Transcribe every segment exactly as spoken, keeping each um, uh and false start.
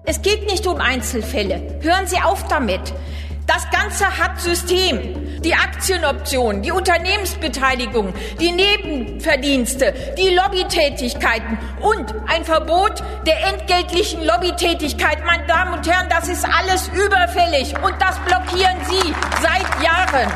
Es geht nicht um Einzelfälle. Hören Sie auf damit. Das Ganze hat System. Die Aktienoptionen, die Unternehmensbeteiligung, die Nebenverdienste, die Lobbytätigkeiten und ein Verbot der entgeltlichen Lobbytätigkeit. Meine Damen und Herren, das ist alles überfällig und das blockieren Sie seit Jahren.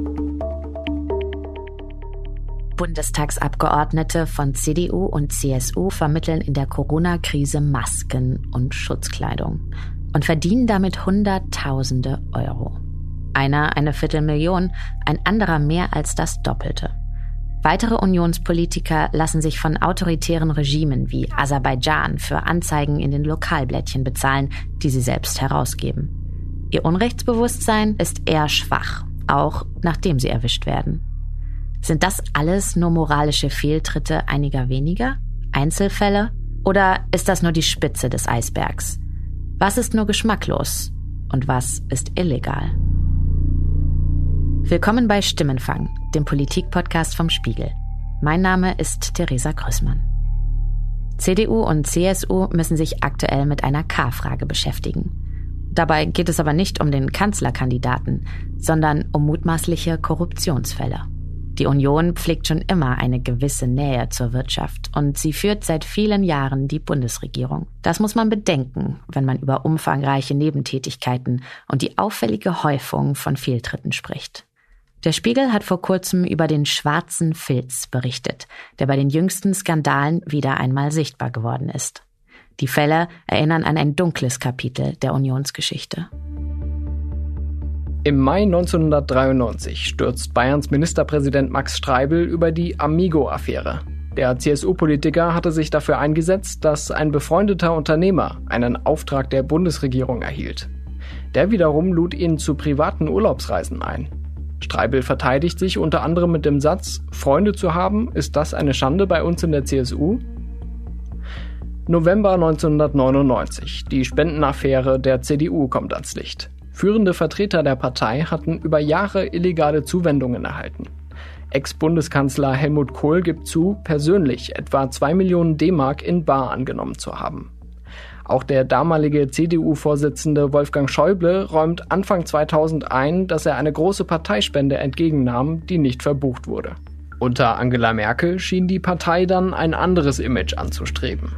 Bundestagsabgeordnete von C D U und C S U vermitteln in der Corona-Krise Masken und Schutzkleidung und verdienen damit Hunderttausende Euro. Einer eine Viertelmillion, ein anderer mehr als das Doppelte. Weitere Unionspolitiker lassen sich von autoritären Regimen wie Aserbaidschan für Anzeigen in den Lokalblättchen bezahlen, die sie selbst herausgeben. Ihr Unrechtsbewusstsein ist eher schwach, auch nachdem sie erwischt werden. Sind das alles nur moralische Fehltritte einiger weniger? Einzelfälle? Oder ist das nur die Spitze des Eisbergs? Was ist nur geschmacklos und was ist illegal? Willkommen bei Stimmenfang, dem Politik-Podcast vom Spiegel. Mein Name ist Theresa Grüssmann. C D U und C S U müssen sich aktuell mit einer K-Frage beschäftigen. Dabei geht es aber nicht um den Kanzlerkandidaten, sondern um mutmaßliche Korruptionsfälle. Die Union pflegt schon immer eine gewisse Nähe zur Wirtschaft und sie führt seit vielen Jahren die Bundesregierung. Das muss man bedenken, wenn man über umfangreiche Nebentätigkeiten und die auffällige Häufung von Fehltritten spricht. Der Spiegel hat vor kurzem über den schwarzen Filz berichtet, der bei den jüngsten Skandalen wieder einmal sichtbar geworden ist. Die Fälle erinnern an ein dunkles Kapitel der Unionsgeschichte. Im Mai neunzehnhundertdreiundneunzig stürzt Bayerns Ministerpräsident Max Streibl über die Amigo-Affäre. Der C S U-Politiker hatte sich dafür eingesetzt, dass ein befreundeter Unternehmer einen Auftrag der Bundesregierung erhielt. Der wiederum lud ihn zu privaten Urlaubsreisen ein. Streibl verteidigt sich unter anderem mit dem Satz: Freunde zu haben, ist das eine Schande bei uns in der C S U? November neunzehnhundertneunundneunzig. Die Spendenaffäre der C D U kommt ans Licht. Führende Vertreter der Partei hatten über Jahre illegale Zuwendungen erhalten. Ex-Bundeskanzler Helmut Kohl gibt zu, persönlich etwa zwei Millionen D-Mark in bar angenommen zu haben. Auch der damalige C D U-Vorsitzende Wolfgang Schäuble räumt Anfang zweitausend ein, dass er eine große Parteispende entgegennahm, die nicht verbucht wurde. Unter Angela Merkel schien die Partei dann ein anderes Image anzustreben.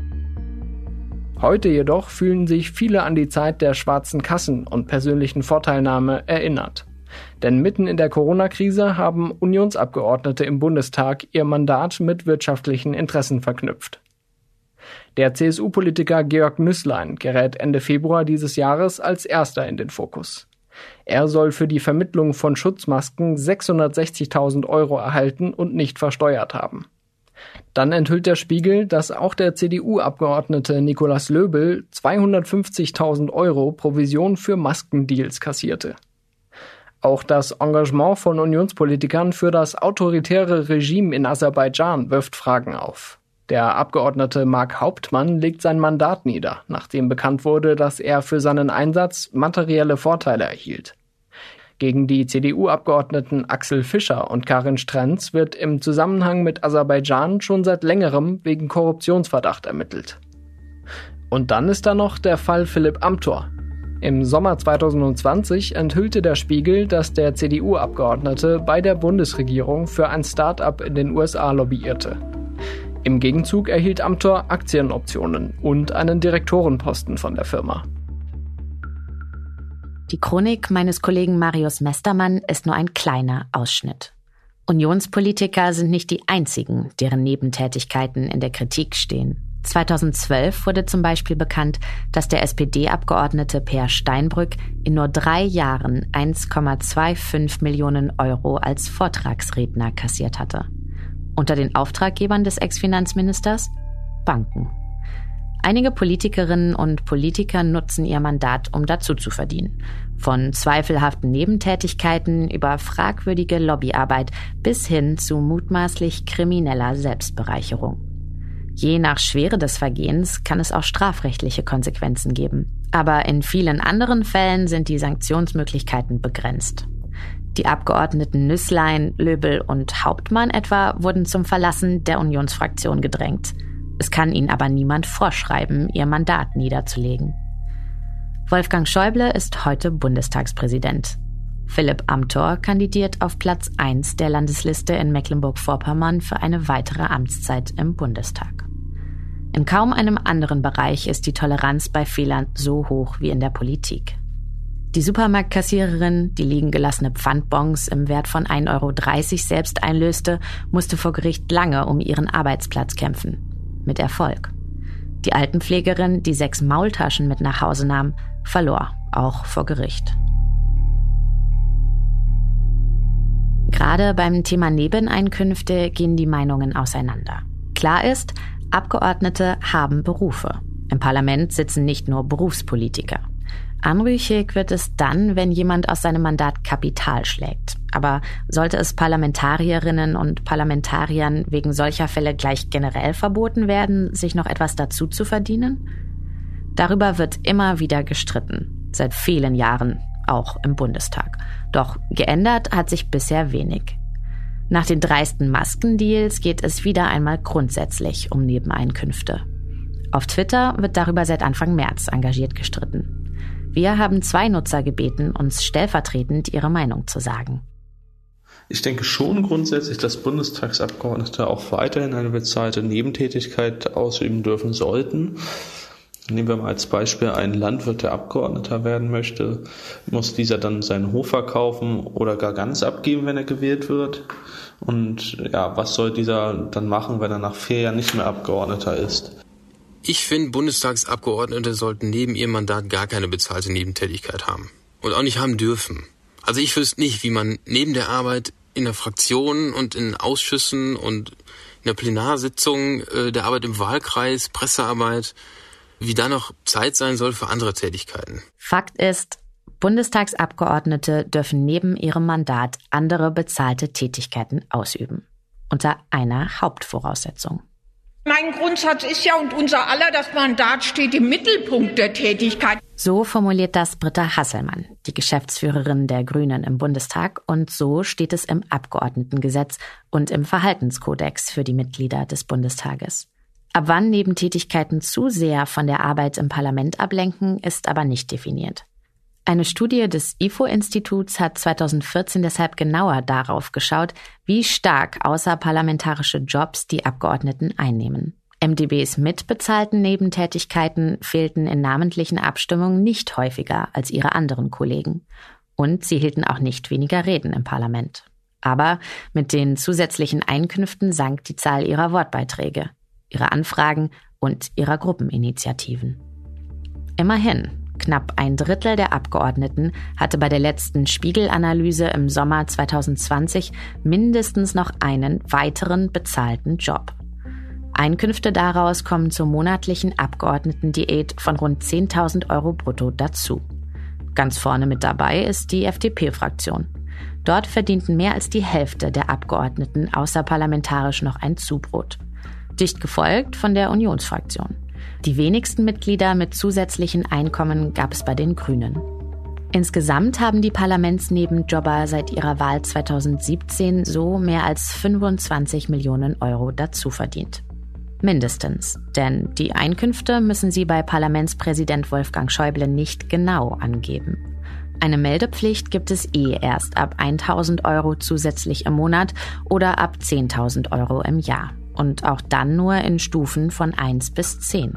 Heute jedoch fühlen sich viele an die Zeit der schwarzen Kassen und persönlichen Vorteilnahme erinnert. Denn mitten in der Corona-Krise haben Unionsabgeordnete im Bundestag ihr Mandat mit wirtschaftlichen Interessen verknüpft. Der C S U-Politiker Georg Nüßlein gerät Ende Februar dieses Jahres als erster in den Fokus. Er soll für die Vermittlung von Schutzmasken sechshundertsechzigtausend Euro erhalten und nicht versteuert haben. Dann enthüllt der Spiegel, dass auch der C D U-Abgeordnete Nikolaus Löbel zweihundertfünfzigtausend Euro Provision für Maskendeals kassierte. Auch das Engagement von Unionspolitikern für das autoritäre Regime in Aserbaidschan wirft Fragen auf. Der Abgeordnete Marc Hauptmann legt sein Mandat nieder, nachdem bekannt wurde, dass er für seinen Einsatz materielle Vorteile erhielt. Gegen die C D U-Abgeordneten Axel Fischer und Karin Strenz wird im Zusammenhang mit Aserbaidschan schon seit längerem wegen Korruptionsverdacht ermittelt. Und dann ist da noch der Fall Philipp Amthor. Im Sommer zweitausendzwanzig enthüllte der Spiegel, dass der C D U-Abgeordnete bei der Bundesregierung für ein Start-up in den U S A lobbyierte. Im Gegenzug erhielt Amthor Aktienoptionen und einen Direktorenposten von der Firma. Die Chronik meines Kollegen Marius Mestermann ist nur ein kleiner Ausschnitt. Unionspolitiker sind nicht die einzigen, deren Nebentätigkeiten in der Kritik stehen. zweitausendzwölf wurde zum Beispiel bekannt, dass der S P D-Abgeordnete Peer Steinbrück in nur drei Jahren eins Komma fünfundzwanzig Millionen Euro als Vortragsredner kassiert hatte. Unter den Auftraggebern des Ex-Finanzministers? Banken. Einige Politikerinnen und Politiker nutzen ihr Mandat, um dazu zu verdienen. Von zweifelhaften Nebentätigkeiten über fragwürdige Lobbyarbeit bis hin zu mutmaßlich krimineller Selbstbereicherung. Je nach Schwere des Vergehens kann es auch strafrechtliche Konsequenzen geben. Aber in vielen anderen Fällen sind die Sanktionsmöglichkeiten begrenzt. Die Abgeordneten Nüßlein, Löbel und Hauptmann etwa wurden zum Verlassen der Unionsfraktion gedrängt. Es kann ihnen aber niemand vorschreiben, ihr Mandat niederzulegen. Wolfgang Schäuble ist heute Bundestagspräsident. Philipp Amthor kandidiert auf Platz eins der Landesliste in Mecklenburg-Vorpommern für eine weitere Amtszeit im Bundestag. In kaum einem anderen Bereich ist die Toleranz bei Fehlern so hoch wie in der Politik. Die Supermarktkassiererin, die liegen gelassene Pfandbons im Wert von ein Euro dreißig selbst einlöste, musste vor Gericht lange um ihren Arbeitsplatz kämpfen. Mit Erfolg. Die Altenpflegerin, die sechs Maultaschen mit nach Hause nahm, verlor, auch vor Gericht. Gerade beim Thema Nebeneinkünfte gehen die Meinungen auseinander. Klar ist, Abgeordnete haben Berufe. Im Parlament sitzen nicht nur Berufspolitiker. Anrüchig wird es dann, wenn jemand aus seinem Mandat Kapital schlägt. Aber sollte es Parlamentarierinnen und Parlamentariern wegen solcher Fälle gleich generell verboten werden, sich noch etwas dazu zu verdienen? Darüber wird immer wieder gestritten. Seit vielen Jahren, auch im Bundestag. Doch geändert hat sich bisher wenig. Nach den dreisten Maskendeals geht es wieder einmal grundsätzlich um Nebeneinkünfte. Auf Twitter wird darüber seit Anfang März engagiert gestritten. Wir haben zwei Nutzer gebeten, uns stellvertretend ihre Meinung zu sagen. Ich denke schon grundsätzlich, dass Bundestagsabgeordnete auch weiterhin eine bezahlte Nebentätigkeit ausüben dürfen sollten. Nehmen wir mal als Beispiel einen Landwirt, der Abgeordneter werden möchte. Muss dieser dann seinen Hof verkaufen oder gar ganz abgeben, wenn er gewählt wird? Und ja, was soll dieser dann machen, wenn er nach vier Jahren nicht mehr Abgeordneter ist? Ich finde, Bundestagsabgeordnete sollten neben ihrem Mandat gar keine bezahlte Nebentätigkeit haben. Und auch nicht haben dürfen. Also ich wüsste nicht, wie man neben der Arbeit in der Fraktion und in Ausschüssen und in der Plenarsitzung, äh, der Arbeit im Wahlkreis, Pressearbeit, wie da noch Zeit sein soll für andere Tätigkeiten. Fakt ist, Bundestagsabgeordnete dürfen neben ihrem Mandat andere bezahlte Tätigkeiten ausüben. Unter einer Hauptvoraussetzung. Mein Grundsatz ist ja und unser aller, das Mandat steht im Mittelpunkt der Tätigkeit. So formuliert das Britta Hasselmann, die Geschäftsführerin der Grünen im Bundestag, und so steht es im Abgeordnetengesetz und im Verhaltenskodex für die Mitglieder des Bundestages. Ab wann Nebentätigkeiten zu sehr von der Arbeit im Parlament ablenken, ist aber nicht definiert. Eine Studie des I F O-Instituts hat zweitausendvierzehn deshalb genauer darauf geschaut, wie stark außerparlamentarische Jobs die Abgeordneten einnehmen. M d Bs mit bezahlten Nebentätigkeiten fehlten in namentlichen Abstimmungen nicht häufiger als ihre anderen Kollegen. Und sie hielten auch nicht weniger Reden im Parlament. Aber mit den zusätzlichen Einkünften sank die Zahl ihrer Wortbeiträge, ihrer Anfragen und ihrer Gruppeninitiativen. Immerhin. Knapp ein Drittel der Abgeordneten hatte bei der letzten Spiegel-Analyse im Sommer zweitausendzwanzig mindestens noch einen weiteren bezahlten Job. Einkünfte daraus kommen zur monatlichen Abgeordnetendiät von rund zehntausend Euro brutto dazu. Ganz vorne mit dabei ist die F D P-Fraktion. Dort verdienten mehr als die Hälfte der Abgeordneten außerparlamentarisch noch ein Zubrot. Dicht gefolgt von der Unionsfraktion. Die wenigsten Mitglieder mit zusätzlichen Einkommen gab es bei den Grünen. Insgesamt haben die Parlamentsnebenjobber seit ihrer Wahl zweitausendsiebzehn so mehr als fünfundzwanzig Millionen Euro dazu verdient. Mindestens, denn die Einkünfte müssen sie bei Parlamentspräsident Wolfgang Schäuble nicht genau angeben. Eine Meldepflicht gibt es eh erst ab tausend Euro zusätzlich im Monat oder ab zehntausend Euro im Jahr. Und auch dann nur in Stufen von eins bis zehn.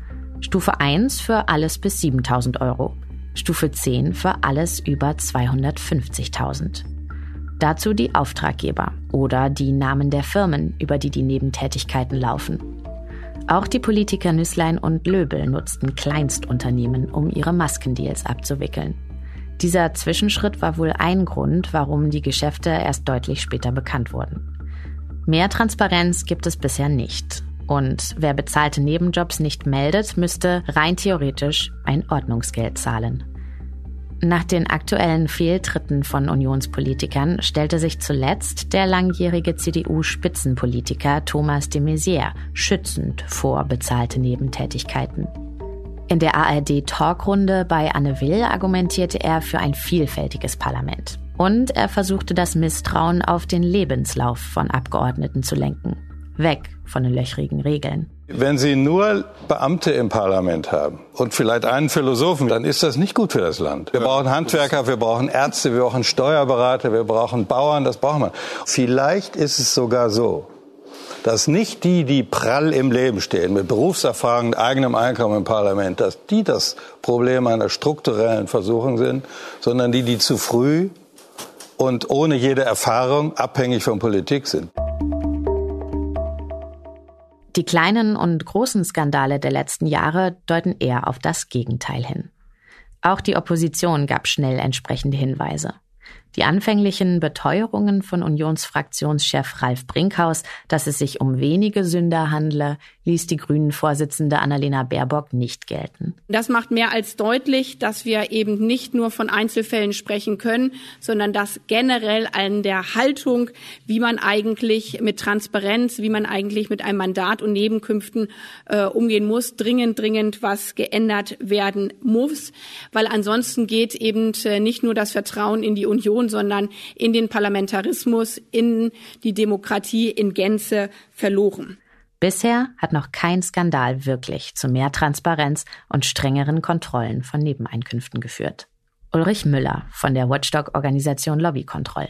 Stufe eins für alles bis siebentausend Euro. Stufe zehn für alles über zweihundertfünfzigtausend. Dazu die Auftraggeber oder die Namen der Firmen, über die die Nebentätigkeiten laufen. Auch die Politiker Nüßlein und Löbel nutzten Kleinstunternehmen, um ihre Maskendeals abzuwickeln. Dieser Zwischenschritt war wohl ein Grund, warum die Geschäfte erst deutlich später bekannt wurden. Mehr Transparenz gibt es bisher nicht. Und wer bezahlte Nebenjobs nicht meldet, müsste rein theoretisch ein Ordnungsgeld zahlen. Nach den aktuellen Fehltritten von Unionspolitikern stellte sich zuletzt der langjährige C D U-Spitzenpolitiker Thomas de Maizière schützend vor bezahlte Nebentätigkeiten. In der A R D-Talkrunde bei Anne Will argumentierte er für ein vielfältiges Parlament. Und er versuchte das Misstrauen auf den Lebenslauf von Abgeordneten zu lenken. Weg von den löchrigen Regeln. Wenn Sie nur Beamte im Parlament haben und vielleicht einen Philosophen, dann ist das nicht gut für das Land. Wir brauchen Handwerker, wir brauchen Ärzte, wir brauchen Steuerberater, wir brauchen Bauern, das brauchen wir. Vielleicht ist es sogar so, dass nicht die, die prall im Leben stehen, mit Berufserfahrung, eigenem Einkommen im Parlament, dass die das Problem einer strukturellen Versuchung sind, sondern die, die zu früh und ohne jede Erfahrung abhängig von Politik sind. Die kleinen und großen Skandale der letzten Jahre deuten eher auf das Gegenteil hin. Auch die Opposition gab schnell entsprechende Hinweise. Die anfänglichen Beteuerungen von Unionsfraktionschef Ralf Brinkhaus, dass es sich um wenige Sünder handle, ließ die Grünen-Vorsitzende Annalena Baerbock nicht gelten. Das macht mehr als deutlich, dass wir eben nicht nur von Einzelfällen sprechen können, sondern dass generell an der Haltung, wie man eigentlich mit Transparenz, wie man eigentlich mit einem Mandat und Nebenkünften äh, umgehen muss, dringend, dringend was geändert werden muss. Weil ansonsten geht eben äh, nicht nur das Vertrauen in die Union, sondern in den Parlamentarismus, in die Demokratie in Gänze verloren. Bisher hat noch kein Skandal wirklich zu mehr Transparenz und strengeren Kontrollen von Nebeneinkünften geführt. Ulrich Müller von der Watchdog-Organisation Lobbykontroll.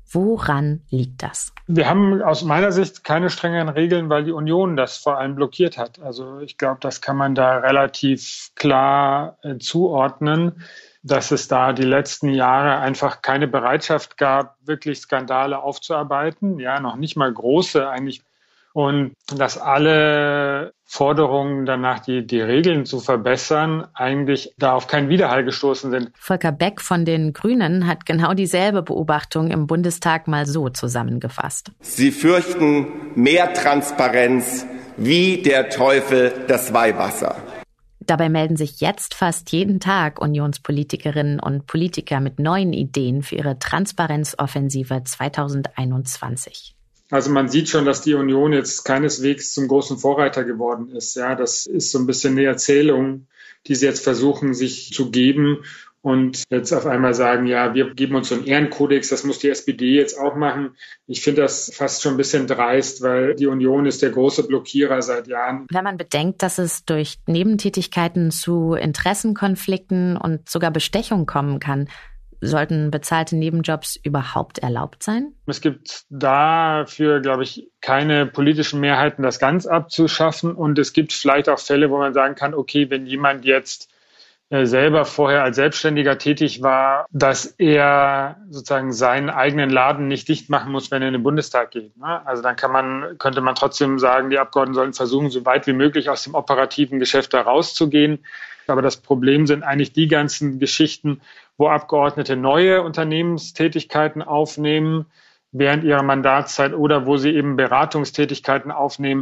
Woran liegt das? Wir haben aus meiner Sicht keine strengeren Regeln, weil die Union das vor allem blockiert hat. Also ich glaube, das kann man da relativ klar äh, zuordnen, dass es da die letzten Jahre einfach keine Bereitschaft gab, wirklich Skandale aufzuarbeiten. Ja, noch nicht mal große eigentlich. Und dass alle Forderungen danach, die, die Regeln zu verbessern, eigentlich da auf keinen Widerhall gestoßen sind. Volker Beck von den Grünen hat genau dieselbe Beobachtung im Bundestag mal so zusammengefasst. Sie fürchten mehr Transparenz wie der Teufel das Weihwasser. Dabei melden sich jetzt fast jeden Tag Unionspolitikerinnen und Politiker mit neuen Ideen für ihre Transparenzoffensive zweitausendeinundzwanzig. Also man sieht schon, dass die Union jetzt keineswegs zum großen Vorreiter geworden ist. Ja, das ist so ein bisschen eine Erzählung, die sie jetzt versuchen, sich zu geben und jetzt auf einmal sagen, ja, wir geben uns so einen Ehrenkodex, das muss die S P D jetzt auch machen. Ich finde das fast schon ein bisschen dreist, weil die Union ist der große Blockierer seit Jahren. Wenn man bedenkt, dass es durch Nebentätigkeiten zu Interessenkonflikten und sogar Bestechung kommen kann, sollten bezahlte Nebenjobs überhaupt erlaubt sein? Es gibt dafür, glaube ich, keine politischen Mehrheiten, das ganz abzuschaffen. Und es gibt vielleicht auch Fälle, wo man sagen kann, okay, wenn jemand jetzt äh, selber vorher als Selbstständiger tätig war, dass er sozusagen seinen eigenen Laden nicht dicht machen muss, wenn er in den Bundestag geht. Ne? Also dann kann man, könnte man trotzdem sagen, die Abgeordneten sollten versuchen, so weit wie möglich aus dem operativen Geschäft da rauszugehen. Aber das Problem sind eigentlich die ganzen Geschichten, wo Abgeordnete neue Unternehmenstätigkeiten aufnehmen während ihrer Mandatszeit oder wo sie eben Beratungstätigkeiten aufnehmen,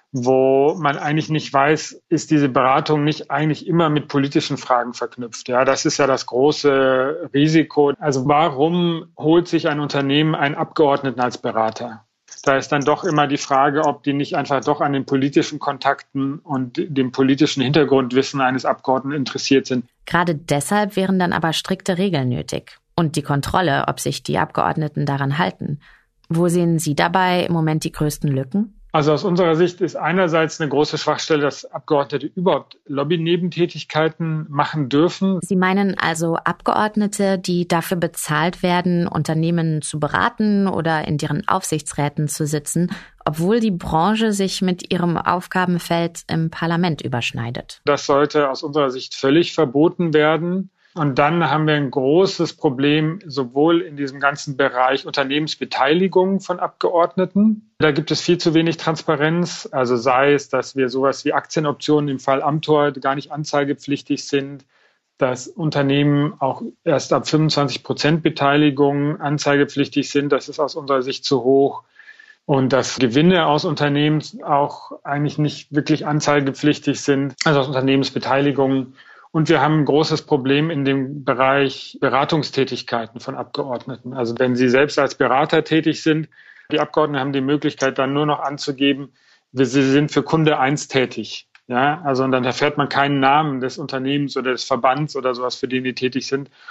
wo man eigentlich nicht weiß, ist diese Beratung nicht eigentlich immer mit politischen Fragen verknüpft. Ja, das ist ja das große Risiko. Also warum holt sich ein Unternehmen einen Abgeordneten als Berater? Da ist dann doch immer die Frage, ob die nicht einfach doch an den politischen Kontakten und dem politischen Hintergrundwissen eines Abgeordneten interessiert sind. Gerade deshalb wären dann aber strikte Regeln nötig. Und die Kontrolle, ob sich die Abgeordneten daran halten. Wo sehen Sie dabei im Moment die größten Lücken? Also aus unserer Sicht ist einerseits eine große Schwachstelle, dass Abgeordnete überhaupt Lobby-Nebentätigkeiten machen dürfen. Sie meinen also Abgeordnete, die dafür bezahlt werden, Unternehmen zu beraten oder in deren Aufsichtsräten zu sitzen, obwohl die Branche sich mit ihrem Aufgabenfeld im Parlament überschneidet. Das sollte aus unserer Sicht völlig verboten werden. Und dann haben wir ein großes Problem, sowohl in diesem ganzen Bereich Unternehmensbeteiligung von Abgeordneten. Da gibt es viel zu wenig Transparenz. Also sei es, dass wir sowas wie Aktienoptionen im Fall Amthor gar nicht anzeigepflichtig sind, dass Unternehmen auch erst ab fünfundzwanzig Prozent Beteiligung anzeigepflichtig sind. Das ist aus unserer Sicht zu hoch. Und dass Gewinne aus Unternehmen auch eigentlich nicht wirklich anzeigepflichtig sind, also aus Unternehmensbeteiligungen. Und wir haben ein großes Problem in dem Bereich Beratungstätigkeiten von Abgeordneten. Also wenn sie selbst als Berater tätig sind, die Abgeordneten haben die Möglichkeit dann nur noch anzugeben, sie sind für Kunde eins tätig. Ja, also und dann erfährt man keinen Namen des Unternehmens oder des Verbands oder sowas, für den die tätig sind.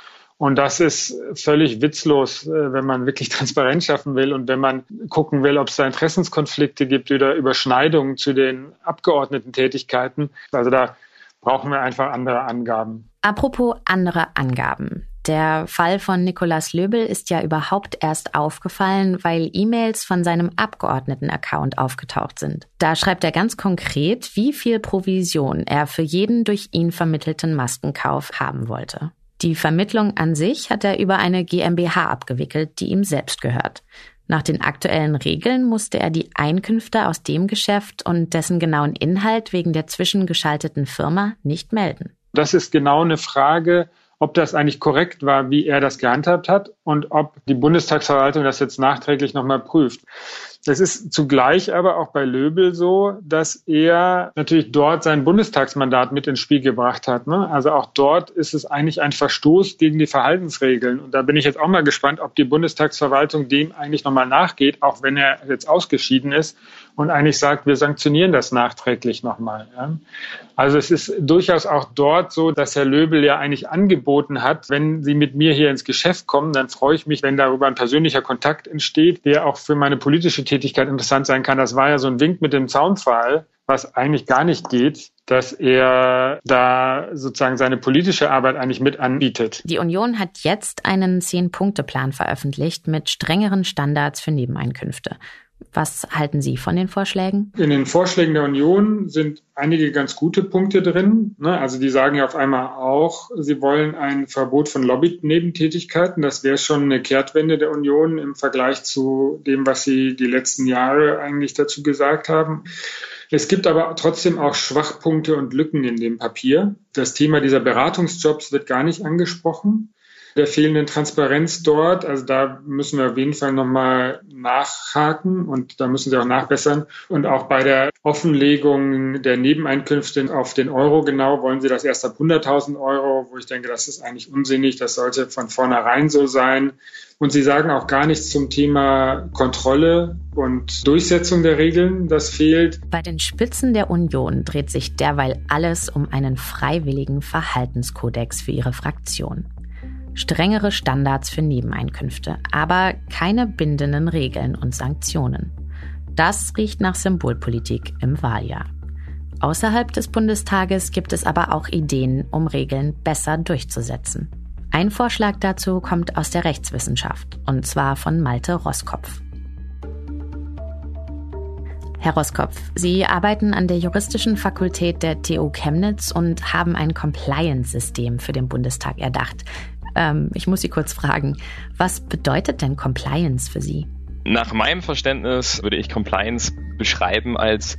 Und das ist völlig witzlos, wenn man wirklich Transparenz schaffen will und wenn man gucken will, ob es da Interessenskonflikte gibt oder Überschneidungen zu den Abgeordnetentätigkeiten. Also da brauchen wir einfach andere Angaben. Apropos andere Angaben. Der Fall von Nikolaus Löbel ist ja überhaupt erst aufgefallen, weil E-Mails von seinem Abgeordneten-Account aufgetaucht sind. Da schreibt er ganz konkret, wie viel Provision er für jeden durch ihn vermittelten Maskenkauf haben wollte. Die Vermittlung an sich hat er über eine GmbH abgewickelt, die ihm selbst gehört. Nach den aktuellen Regeln musste er die Einkünfte aus dem Geschäft und dessen genauen Inhalt wegen der zwischengeschalteten Firma nicht melden. Das ist genau eine Frage, ob das eigentlich korrekt war, wie er das gehandhabt hat und ob die Bundestagsverwaltung das jetzt nachträglich nochmal prüft. Es ist zugleich aber auch bei Löbel so, dass er natürlich dort sein Bundestagsmandat mit ins Spiel gebracht hat. Ne? Also auch dort ist es eigentlich ein Verstoß gegen die Verhaltensregeln. Und da bin ich jetzt auch mal gespannt, ob die Bundestagsverwaltung dem eigentlich nochmal nachgeht, auch wenn er jetzt ausgeschieden ist und eigentlich sagt, wir sanktionieren das nachträglich nochmal. Ja? Also es ist durchaus auch dort so, dass Herr Löbel ja eigentlich angeboten hat, wenn Sie mit mir hier ins Geschäft kommen, dann freue ich mich, wenn darüber ein persönlicher Kontakt entsteht, der auch für meine politische Tätigkeit interessant sein kann. Das war ja so ein Wink mit dem Zaunpfahl, was eigentlich gar nicht geht, dass er da sozusagen seine politische Arbeit eigentlich mit anbietet. Die Union hat jetzt einen Zehn-Punkte-Plan veröffentlicht mit strengeren Standards für Nebeneinkünfte. Was halten Sie von den Vorschlägen? In den Vorschlägen der Union sind einige ganz gute Punkte drin. Also die sagen ja auf einmal auch, sie wollen ein Verbot von Lobby-Nebentätigkeiten. Das wäre schon eine Kehrtwende der Union im Vergleich zu dem, was sie die letzten Jahre eigentlich dazu gesagt haben. Es gibt aber trotzdem auch Schwachpunkte und Lücken in dem Papier. Das Thema dieser Beratungsjobs wird gar nicht angesprochen. Der fehlenden Transparenz dort, also da müssen wir auf jeden Fall nochmal nachhaken und da müssen sie auch nachbessern. Und auch bei der Offenlegung der Nebeneinkünfte auf den Euro genau wollen sie das erst ab hunderttausend Euro, wo ich denke, das ist eigentlich unsinnig, das sollte von vornherein so sein. Und sie sagen auch gar nichts zum Thema Kontrolle und Durchsetzung der Regeln, das fehlt. Bei den Spitzen der Union dreht sich derweil alles um einen freiwilligen Verhaltenskodex für ihre Fraktion. Strengere Standards für Nebeneinkünfte, aber keine bindenden Regeln und Sanktionen. Das riecht nach Symbolpolitik im Wahljahr. Außerhalb des Bundestages gibt es aber auch Ideen, um Regeln besser durchzusetzen. Ein Vorschlag dazu kommt aus der Rechtswissenschaft, und zwar von Malte Roskopf. Herr Roskopf, Sie arbeiten an der juristischen Fakultät der T U Chemnitz und haben ein Compliance-System für den Bundestag erdacht. Ähm, ich muss Sie kurz fragen, was bedeutet denn Compliance für Sie? Nach meinem Verständnis würde ich Compliance beschreiben als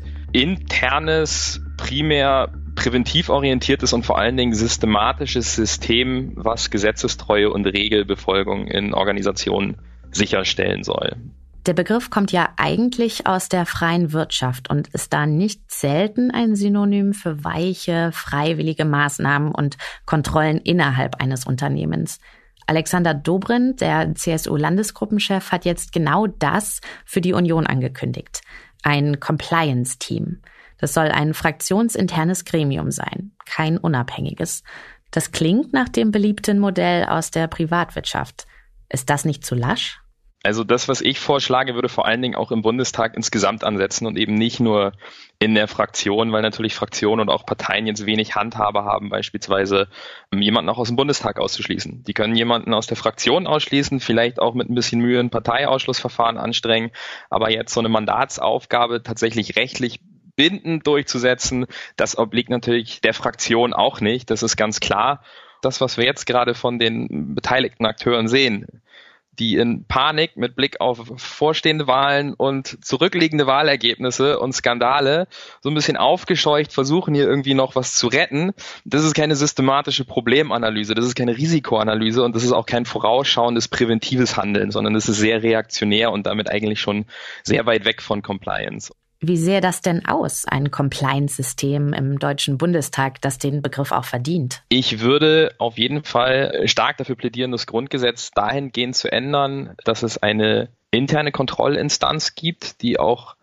internes, primär präventiv orientiertes und vor allen Dingen systematisches System, was Gesetzestreue und Regelbefolgung in Organisationen sicherstellen soll. Der Begriff kommt ja eigentlich aus der freien Wirtschaft und ist da nicht selten ein Synonym für weiche, freiwillige Maßnahmen und Kontrollen innerhalb eines Unternehmens. Alexander Dobrindt, der C S U-Landesgruppenchef, hat jetzt genau das für die Union angekündigt. Ein Compliance-Team. Das soll ein fraktionsinternes Gremium sein, kein unabhängiges. Das klingt nach dem beliebten Modell aus der Privatwirtschaft. Ist das nicht zu lasch? Also das, was ich vorschlage, würde vor allen Dingen auch im Bundestag insgesamt ansetzen und eben nicht nur in der Fraktion, weil natürlich Fraktionen und auch Parteien jetzt wenig Handhabe haben, beispielsweise jemanden auch aus dem Bundestag auszuschließen. Die können jemanden aus der Fraktion ausschließen, vielleicht auch mit ein bisschen Mühe ein Parteiausschlussverfahren anstrengen, aber jetzt so eine Mandatsaufgabe tatsächlich rechtlich bindend durchzusetzen, das obliegt natürlich der Fraktion auch nicht, das ist ganz klar. Das, was wir jetzt gerade von den beteiligten Akteuren sehen, die in Panik mit Blick auf vorstehende Wahlen und zurückliegende Wahlergebnisse und Skandale so ein bisschen aufgescheucht versuchen, hier irgendwie noch was zu retten. Das ist keine systematische Problemanalyse, das ist keine Risikoanalyse und das ist auch kein vorausschauendes präventives Handeln, sondern das ist sehr reaktionär und damit eigentlich schon sehr weit weg von Compliance. Wie sähe das denn aus, ein Compliance-System im Deutschen Bundestag, das den Begriff auch verdient? Ich würde auf jeden Fall stark dafür plädieren, das Grundgesetz dahingehend zu ändern, dass es eine interne Kontrollinstanz gibt, die auch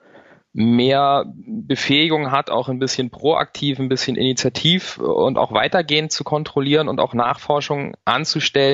mehr Befähigung hat, auch ein bisschen proaktiv, ein bisschen initiativ und auch weitergehend zu kontrollieren und auch Nachforschungen anzustellen.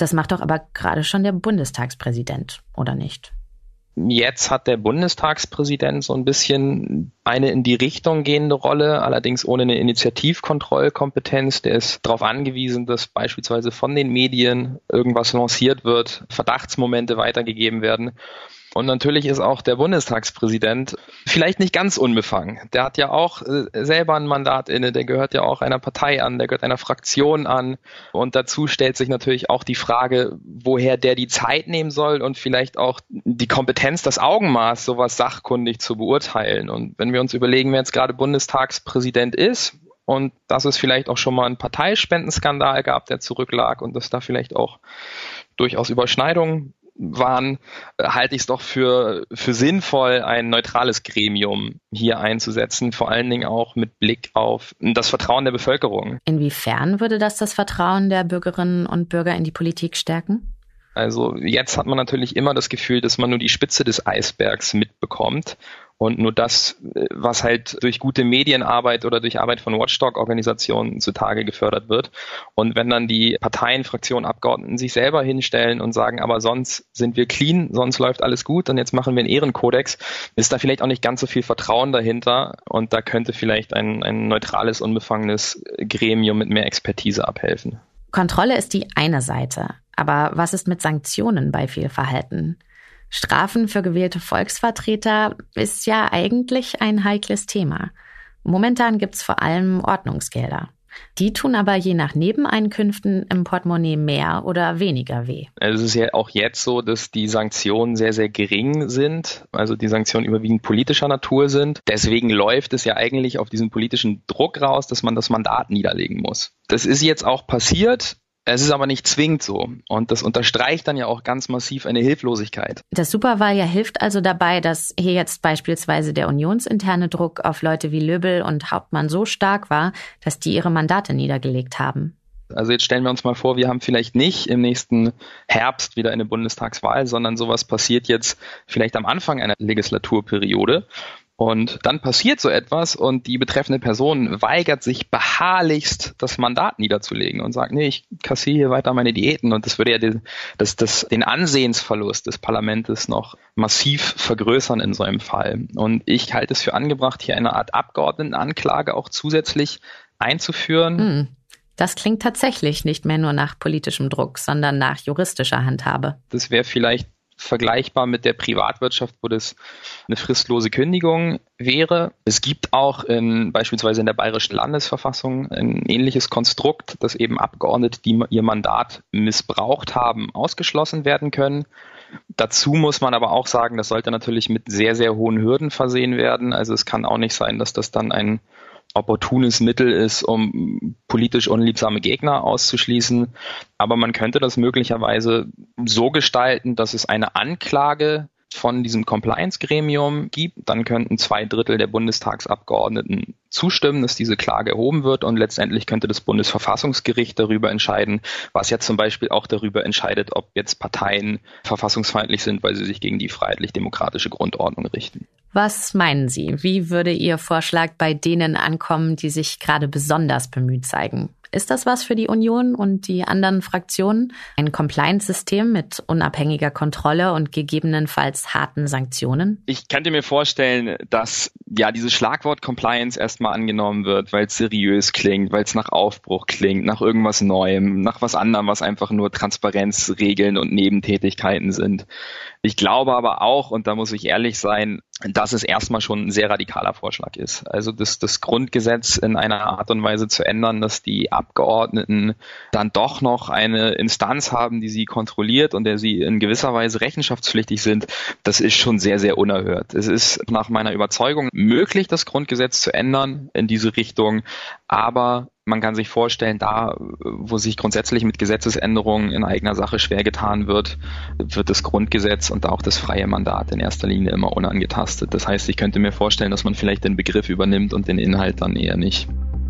Das macht doch aber gerade schon der Bundestagspräsident, oder nicht? Jetzt hat der Bundestagspräsident so ein bisschen eine in die Richtung gehende Rolle, allerdings ohne eine Initiativkontrollkompetenz. Der ist darauf angewiesen, dass beispielsweise von den Medien irgendwas lanciert wird, Verdachtsmomente weitergegeben werden. Und natürlich ist auch der Bundestagspräsident vielleicht nicht ganz unbefangen. Der hat ja auch äh, selber ein Mandat inne, der gehört ja auch einer Partei an, der gehört einer Fraktion an. Und dazu stellt sich natürlich auch die Frage, woher der die Zeit nehmen soll und vielleicht auch die Kompetenz, das Augenmaß, sowas sachkundig zu beurteilen. Und wenn wir uns überlegen, wer jetzt gerade Bundestagspräsident ist, und dass es vielleicht auch schon mal einen Parteispendenskandal gab, der zurücklag und dass da vielleicht auch durchaus Überschneidungen waren, halte ich es doch für, für sinnvoll, ein neutrales Gremium hier einzusetzen, vor allen Dingen auch mit Blick auf das Vertrauen der Bevölkerung. Inwiefern würde das das Vertrauen der Bürgerinnen und Bürger in die Politik stärken? Also jetzt hat man natürlich immer das Gefühl, dass man nur die Spitze des Eisbergs mitbekommt und nur das, was halt durch gute Medienarbeit oder durch Arbeit von Watchdog-Organisationen zutage gefördert wird. Und wenn dann die Parteien, Fraktionen, Abgeordneten sich selber hinstellen und sagen, aber sonst sind wir clean, sonst läuft alles gut und jetzt machen wir einen Ehrenkodex, ist da vielleicht auch nicht ganz so viel Vertrauen dahinter und da könnte vielleicht ein, ein neutrales, unbefangenes Gremium mit mehr Expertise abhelfen. Kontrolle ist die eine Seite. Aber was ist mit Sanktionen bei Fehlverhalten? Strafen für gewählte Volksvertreter ist ja eigentlich ein heikles Thema. Momentan gibt's vor allem Ordnungsgelder. Die tun aber je nach Nebeneinkünften im Portemonnaie mehr oder weniger weh. Es ist ja auch jetzt so, dass die Sanktionen sehr, sehr gering sind, also die Sanktionen überwiegend politischer Natur sind. Deswegen läuft es ja eigentlich auf diesen politischen Druck raus, dass man das Mandat niederlegen muss. Das ist jetzt auch passiert. Es ist aber nicht zwingend so. Und das unterstreicht dann ja auch ganz massiv eine Hilflosigkeit. Das Superwahljahr hilft also dabei, dass hier jetzt beispielsweise der unionsinterne Druck auf Leute wie Löbel und Hauptmann so stark war, dass die ihre Mandate niedergelegt haben. Also jetzt stellen wir uns mal vor, wir haben vielleicht nicht im nächsten Herbst wieder eine Bundestagswahl, sondern sowas passiert jetzt vielleicht am Anfang einer Legislaturperiode. Und dann passiert so etwas und die betreffende Person weigert sich beharrlichst, das Mandat niederzulegen und sagt, nee, ich kassiere hier weiter meine Diäten. Und das würde ja den, das, das, den Ansehensverlust des Parlaments noch massiv vergrößern in so einem Fall. Und ich halte es für angebracht, hier eine Art Abgeordnetenanklage auch zusätzlich einzuführen. Hm. Das klingt tatsächlich nicht mehr nur nach politischem Druck, sondern nach juristischer Handhabe. Das wäre vielleicht vergleichbar mit der Privatwirtschaft, wo das eine fristlose Kündigung wäre. Es gibt auch in, beispielsweise in der Bayerischen Landesverfassung ein ähnliches Konstrukt, dass eben Abgeordnete, die ihr Mandat missbraucht haben, ausgeschlossen werden können. Dazu muss man aber auch sagen, das sollte natürlich mit sehr, sehr hohen Hürden versehen werden. Also es kann auch nicht sein, dass das dann ein opportunes Mittel ist, um politisch unliebsame Gegner auszuschließen. Aber man könnte das möglicherweise so gestalten, dass es eine Anklage von diesem Compliance-Gremium gibt. Dann könnten zwei Drittel der Bundestagsabgeordneten zustimmen, dass diese Klage erhoben wird und letztendlich könnte das Bundesverfassungsgericht darüber entscheiden, was ja zum Beispiel auch darüber entscheidet, ob jetzt Parteien verfassungsfeindlich sind, weil sie sich gegen die freiheitlich-demokratische Grundordnung richten. Was meinen Sie? Wie würde Ihr Vorschlag bei denen ankommen, die sich gerade besonders bemüht zeigen? Ist das was für die Union und die anderen Fraktionen? Ein Compliance-System mit unabhängiger Kontrolle und gegebenenfalls harten Sanktionen? Ich könnte mir vorstellen, dass ja dieses Schlagwort Compliance erstmal angenommen wird, weil es seriös klingt, weil es nach Aufbruch klingt, nach irgendwas Neuem, nach was anderem, was einfach nur Transparenzregeln und Nebentätigkeiten sind. Ich glaube aber auch, und da muss ich ehrlich sein, dass es erstmal schon ein sehr radikaler Vorschlag ist. Also das, das Grundgesetz in einer Art und Weise zu ändern, dass die Abgeordneten dann doch noch eine Instanz haben, die sie kontrolliert und der sie in gewisser Weise rechenschaftspflichtig sind, das ist schon sehr, sehr unerhört. Es ist nach meiner Überzeugung möglich, das Grundgesetz zu ändern in diese Richtung, aber man kann sich vorstellen, da, wo sich grundsätzlich mit Gesetzesänderungen in eigener Sache schwer getan wird, wird das Grundgesetz und auch das freie Mandat in erster Linie immer unangetastet. Das heißt, ich könnte mir vorstellen, dass man vielleicht den Begriff übernimmt und den Inhalt dann eher nicht.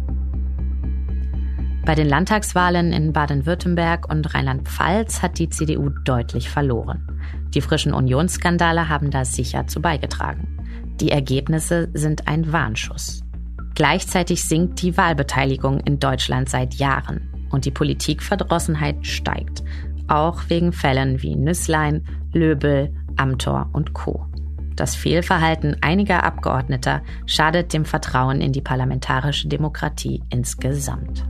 Bei den Landtagswahlen in Baden-Württemberg und Rheinland-Pfalz hat die C D U deutlich verloren. Die frischen Unionsskandale haben da sicher zu beigetragen. Die Ergebnisse sind ein Warnschuss. Gleichzeitig sinkt die Wahlbeteiligung in Deutschland seit Jahren und die Politikverdrossenheit steigt. auch wegen Fällen wie Nüßlein, Löbel, Amthor und Co. Das Fehlverhalten einiger Abgeordneter schadet dem Vertrauen in die parlamentarische Demokratie insgesamt.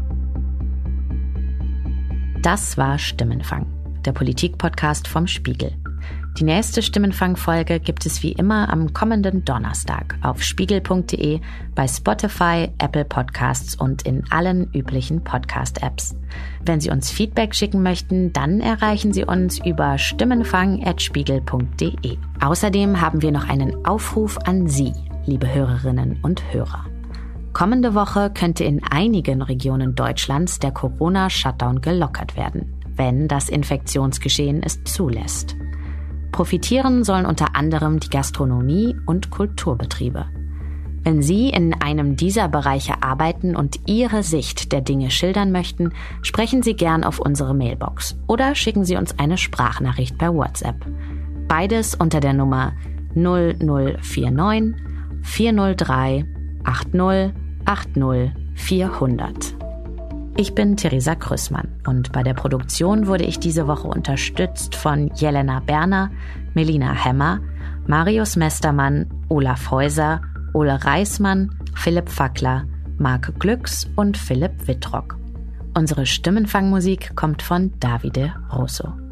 Das war Stimmenfang, der Politik-Podcast vom Spiegel. Die nächste Stimmenfang-Folge gibt es wie immer am kommenden Donnerstag auf spiegel punkt de, bei Spotify, Apple Podcasts und in allen üblichen Podcast-Apps. Wenn Sie uns Feedback schicken möchten, dann erreichen Sie uns über stimmenfang at spiegel punkt de. Außerdem haben wir noch einen Aufruf an Sie, liebe Hörerinnen und Hörer. Kommende Woche könnte in einigen Regionen Deutschlands der Corona-Shutdown gelockert werden, wenn das Infektionsgeschehen es zulässt. Profitieren sollen unter anderem die Gastronomie und Kulturbetriebe. Wenn Sie in einem dieser Bereiche arbeiten und Ihre Sicht der Dinge schildern möchten, sprechen Sie gern auf unsere Mailbox oder schicken Sie uns eine Sprachnachricht per WhatsApp. Beides unter der Nummer null null vier neun vier null drei acht null acht null vierhundert. Ich bin Theresa Krüssmann und bei der Produktion wurde ich diese Woche unterstützt von Jelena Berner, Melina Hemmer, Marius Mestermann, Olaf Häuser, Ole Reismann, Philipp Fackler, Marc Glücks und Philipp Wittrock. Unsere Stimmenfangmusik kommt von Davide Russo.